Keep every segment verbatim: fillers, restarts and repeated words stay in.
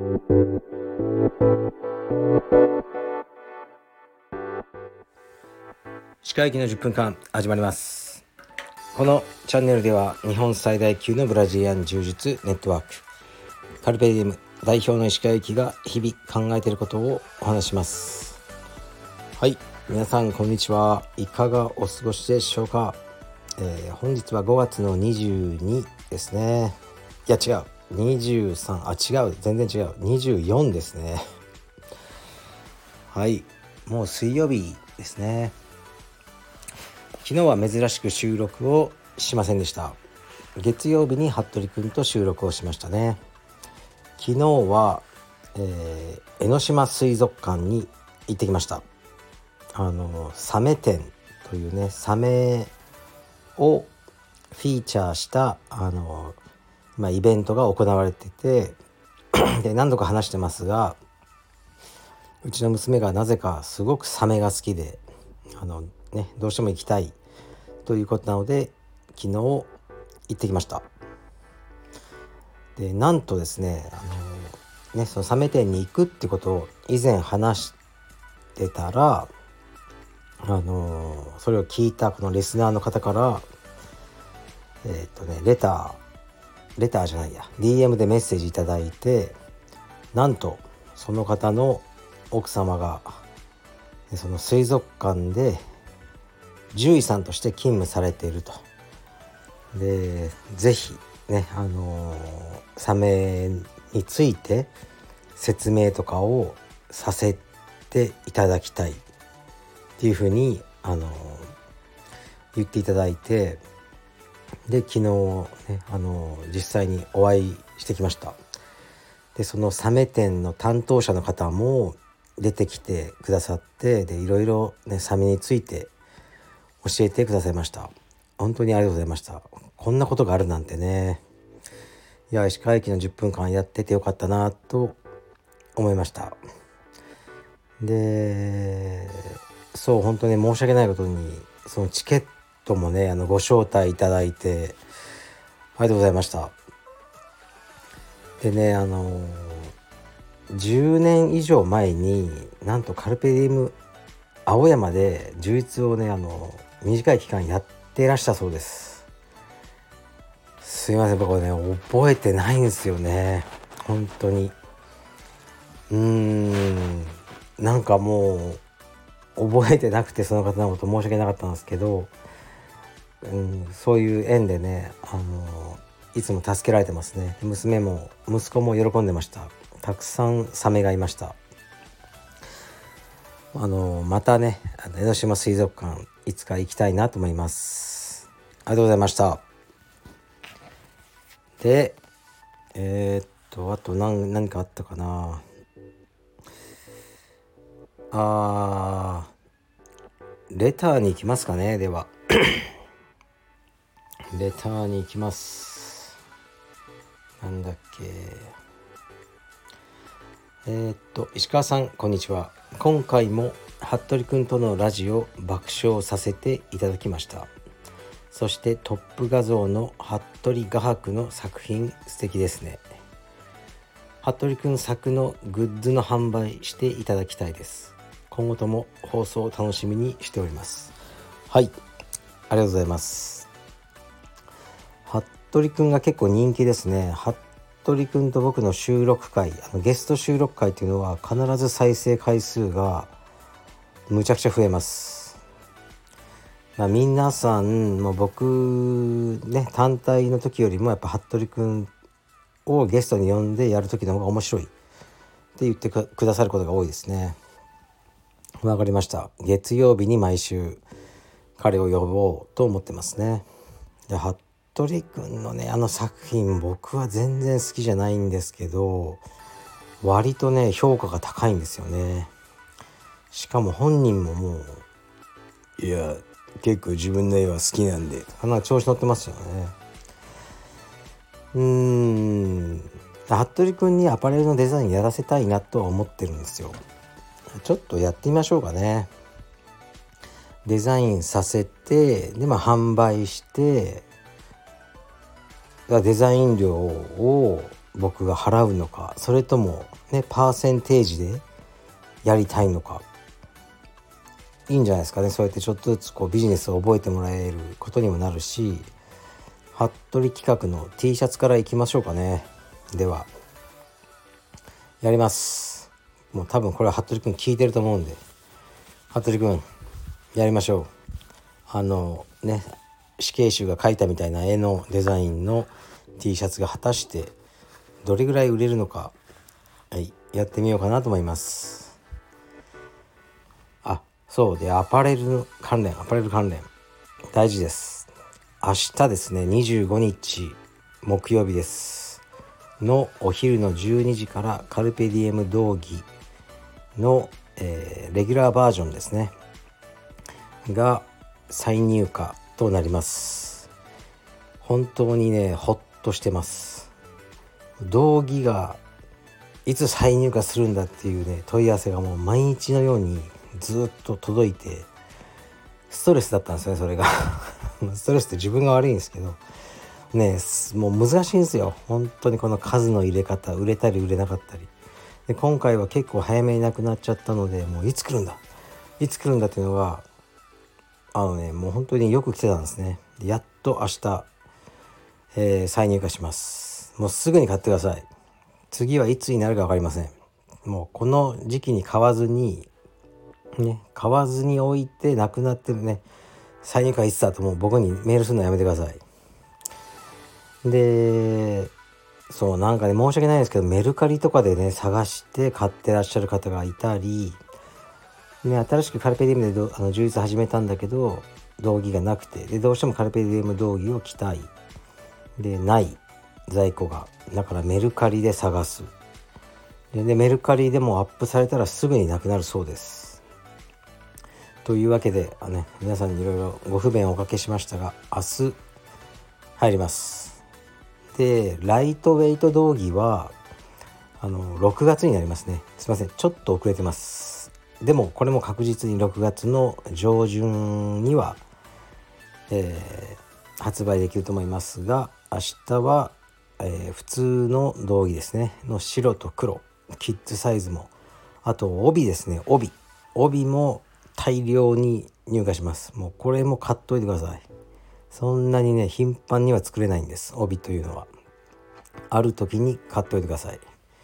歯科医のじゅっぷんかん始まります。このチャンネルでは日本最大級のブラジリアン柔術ネットワークカルペディウム代表の石川由紀が日々考えていることをお話します。はい、皆さんこんにちは。いかがお過ごしでしょうか。えー、本日はごがつのにじゅうにですね。いや違うにじゅうさんあ違う全然違うにじゅうよんですね。はい、もう水曜日ですね。昨日は珍しく収録をしませんでした。月曜日に服部くんと収録をしましたね。昨日は、えー、江ノ島水族館に行ってきました。あのサメ展というね、サメをフィーチャーしたあの、まあ、イベントが行われててで何度か話してますが、うちの娘がなぜかすごくサメが好きで、あのね、どうしても行きたいということなので昨日行ってきました。でなんとですね、あのねそのサメ店に行くってことを以前話してたら、あのそれを聞いたこのリスナーの方からえっとねレターレターじゃないや ディーエム でメッセージいただいて、なんとその方の奥様がその水族館で獣医さんとして勤務されていると。でぜひね、あのー、サメについて説明とかをさせていただきたいっていうふうに、あのー、言っていただいて、で昨日、ねあのー、実際にお会いしてきました。でそのサメ店の担当者の方も出てきてくださって、でいろいろ、ね、サメについて教えてくださいました。本当にありがとうございました。こんなことがあるなんてね。いや石川駅のじゅっぷんかんやっててよかったなと思いました。でそう本当に申し訳ないことにそのチケットもねあのご招待いただいてありがとうございました。でねあのじゅうねん以上前になんとカルペディウム青山で柔術をねあの短い期間やってらしたそうです。すいません、僕はね覚えてないんですよね本当に。うーんなんかもう覚えてなくてその方のこと申し訳なかったんですけど、うん、そういう縁でねあのいつも助けられてますね。娘も息子も喜んでました。たくさんサメがいました。あのまたねあの江ノ島水族館いつか行きたいなと思います。ありがとうございました。でえー、っとあと 何, 何かあったかなあレターに行きますかね。ではレターに行きます。なんだっけえー、っと石川さんこんにちは。今回も服部くんとのラジオ爆笑させていただきました。そしてトップ画像の服部画伯の作品素敵ですね。服部くん作のグッズの販売していただきたいです。今後とも放送を楽しみにしております。はい、ありがとうございます。服部くんが結構人気ですね。服部くんと僕の収録回、あのゲスト収録回というのは必ず再生回数がむちゃくちゃ増えます。まあ、皆さんも僕ね単体の時よりもやっぱ服部くんをゲストに呼んでやる時の方が面白いって言ってくださることが多いですね。わかりました。月曜日に毎週彼を呼ぼうと思ってますね。で服部くんのねあの作品僕は全然好きじゃないんですけど割とね評価が高いんですよね。しかも本人ももういや結構自分の絵は好きなんでかなり調子乗ってますよね。うーん服部くんにアパレルのデザインやらせたいなとは思ってるんですよ。ちょっとやってみましょうかね。デザインさせてで、まあ、販売してデザイン料を僕が払うのか、それともねパーセンテージでやりたいのか、いいんじゃないですかね。そうやってちょっとずつこうビジネスを覚えてもらえることにもなるし、服部企画の T シャツからいきましょうかね。ではやります。もう多分これは服部くん聞いてると思うんで、服部くんやりましょう。あのね死刑囚が描いたみたいな絵のデザインの T シャツが果たしてどれぐらい売れるのか、はい、やってみようかなと思います。あ、そうで、アパレル関連アパレル関連大事です。明日ですね、にじゅうごにち木曜日ですのお昼のじゅうにじからカルペディエム道着の、えー、レギュラーバージョンですねが再入荷となります。本当にねホッとしてます。道着がいつ再入荷するんだっていうね問い合わせがもう毎日のようにずっと届いて、ストレスだったんですよね、それがストレスって自分が悪いんですけどね、もう難しいんですよ本当に、この数の入れ方、売れたり売れなかったりで、今回は結構早めになくなっちゃったので、もういつ来るんだいつ来るんだっていうのがあのねもう本当によく来てたんですね。でやっと明日、えー、再入荷します。もうすぐに買ってください。次はいつになるか分かりません。もうこの時期に買わずにね買わずに置いてなくなってね、再入荷いつだともう僕にメールするのやめてください。でそうなんかね申し訳ないんですけど、メルカリとかでね探して買ってらっしゃる方がいたりね、新しくカルペディエムでどあの充実始めたんだけど道着がなくて、でどうしてもカルペディエム道着を着たいでない在庫が、だからメルカリで探す。で、でメルカリでもアップされたらすぐになくなるそうです。というわけであ、ね、皆さんにいろいろご不便をおかけしましたが、明日入ります。でライトウェイト道着はあのろくがつになりますね。すいません、ちょっと遅れてます。でもこれも確実にろくがつの上旬には、えー、発売できると思いますが、明日は、えー、普通の道着ですねの白と黒、キッズサイズも、あと帯ですね、帯帯も大量に入荷します。もうこれも買っといてください。そんなにね頻繁には作れないんです。帯というのはある時に買っといてください。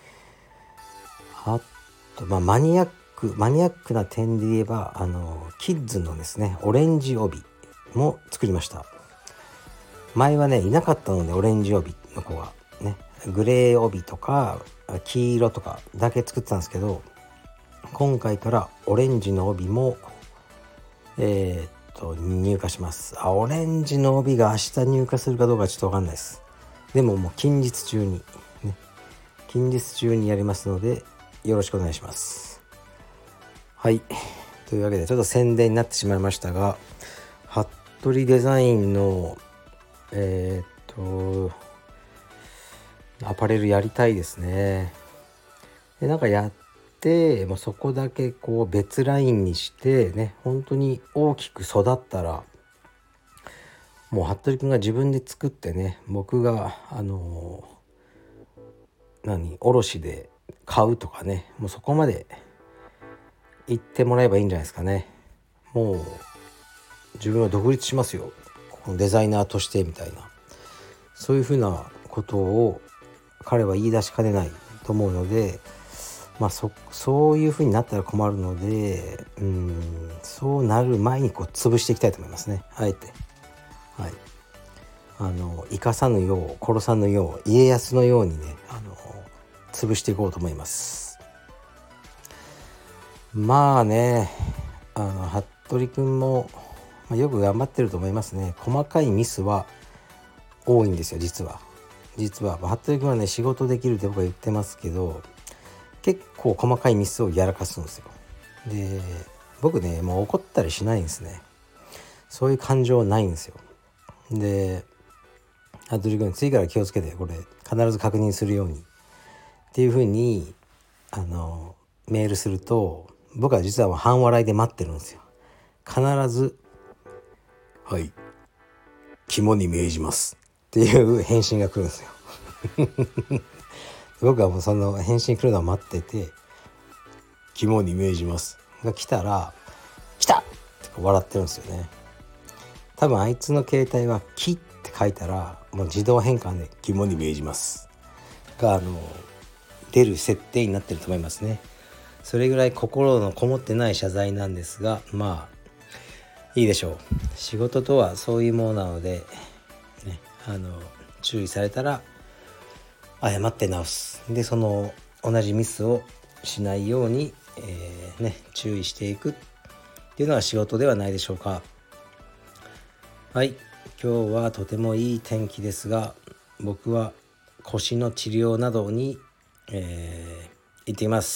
あと、まあ、マニアックマニアックな点で言えば、あのキッズのですねオレンジ帯も作りました。前はねいなかったので、オレンジ帯の子がね、グレー帯とか黄色とかだけ作ってたんですけど、今回からオレンジの帯もえー、っと入荷します。あ、オレンジの帯が明日入荷するかどうかちょっと分かんないです。でももう近日中にね近日中にやりますのでよろしくお願いします。はい、というわけでちょっと宣伝になってしまいましたが、服部デザインのえー、っとアパレルやりたいですね。でなんかやってもうそこだけこう別ラインにしてね、本当に大きく育ったらもう服部くんが自分で作ってね、僕があのー、何卸で買うとかね、もうそこまで言ってもらえばいいんじゃないですかね。もう自分は独立しますよ、このデザイナーとしてみたいな、そういうふうなことを彼は言い出しかねないと思うので、まあ そ, そういうふうになったら困るので、うーんそうなる前にこう潰していきたいと思いますね。あえて、はい、あの生かさぬよう殺さぬよう家康のようにね、あの潰していこうと思います。まあね、あの服部くんも、まあ、よく頑張ってると思いますね。細かいミスは多いんですよ。実は実は服部くんはね仕事できるって僕は言ってますけど、結構細かいミスをやらかすんですよ。で僕ねもう怒ったりしないんですね。そういう感情ないんですよ。で服部くん次から気をつけて、これ必ず確認するようにっていう風にあのメールすると、僕は実は半笑いで待ってるんですよ。必ずはい肝に銘じますっていう返信が来るんですよ僕はもうその返信来るのを待ってて、肝に銘じますが来たら、来たって笑ってるんですよね。多分あいつの携帯はきって書いたらもう自動変換で肝に銘じますがあの出る設定になってると思いますね。それぐらい心のこもってない謝罪なんですが、まあいいでしょう。仕事とはそういうものなので、ね、あの注意されたら謝って直す。でその同じミスをしないように、えーね、注意していくっていうのは仕事ではないでしょうか。はい、今日はとてもいい天気ですが、僕は腰の治療などに、えー、行っています。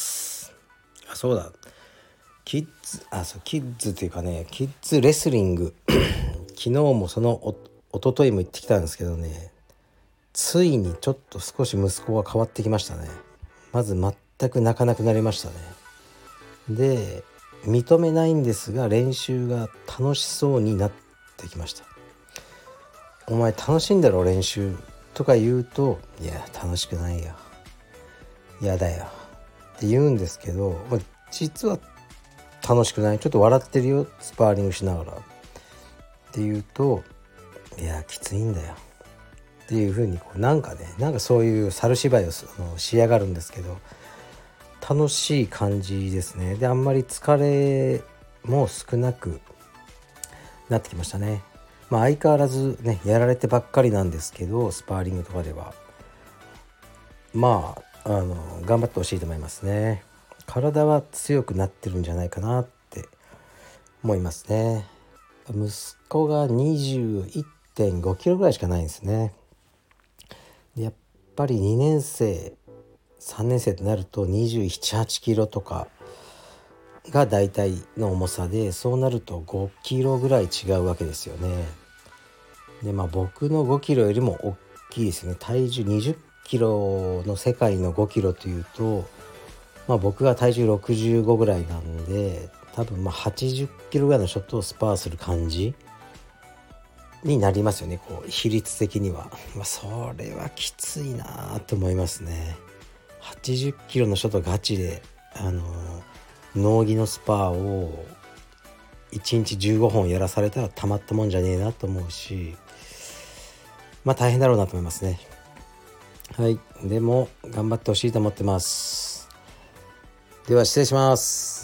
あ、そうだ、キッズあそうキッズっていうかね、キッズレスリング昨日もそのおおとといも行ってきたんですけどね、ついにちょっと少し息子が変わってきましたね。まず全く泣かなくなりましたね。で認めないんですが練習が楽しそうになってきました。お前楽しんだろ練習とか言うと、いや楽しくないよ、やだよって言うんですけど、まあ、実は楽しくない、ちょっと笑ってるよスパーリングしながらって言うと、いやきついんだよっていう風にこうなんかね、なんかそういう猿芝居をしやがるんですけど、楽しい感じですね。であんまり疲れも少なくなってきましたね。まあ相変わらずねやられてばっかりなんですけど、スパーリングとかではまああの頑張ってほしいと思いますね。体は強くなってるんじゃないかなって思いますね。息子がにじゅういってんごキロぐらいしかないんですね。でやっぱりにねん生さんねん生となるとにじゅうなな、はちキロとかが大体の重さで、そうなるとごキロぐらい違うわけですよね。でまあ僕のごキロよりも大きいですね。体重にじゅっキロの世界のごキロというと、まあ僕が体重ろくじゅうごぐらいなんで、多分まあはちじゅっキロぐらいのショットをスパーする感じになりますよね、こう比率的には。まあそれはきついなと思いますね。はちじゅっキロのショットガチであの農技のスパーをいちにちじゅうごほんやらされたらたまったもんじゃねえなと思うし、まあ大変だろうなと思いますね。はい、でも頑張ってほしいと思ってます。では失礼します。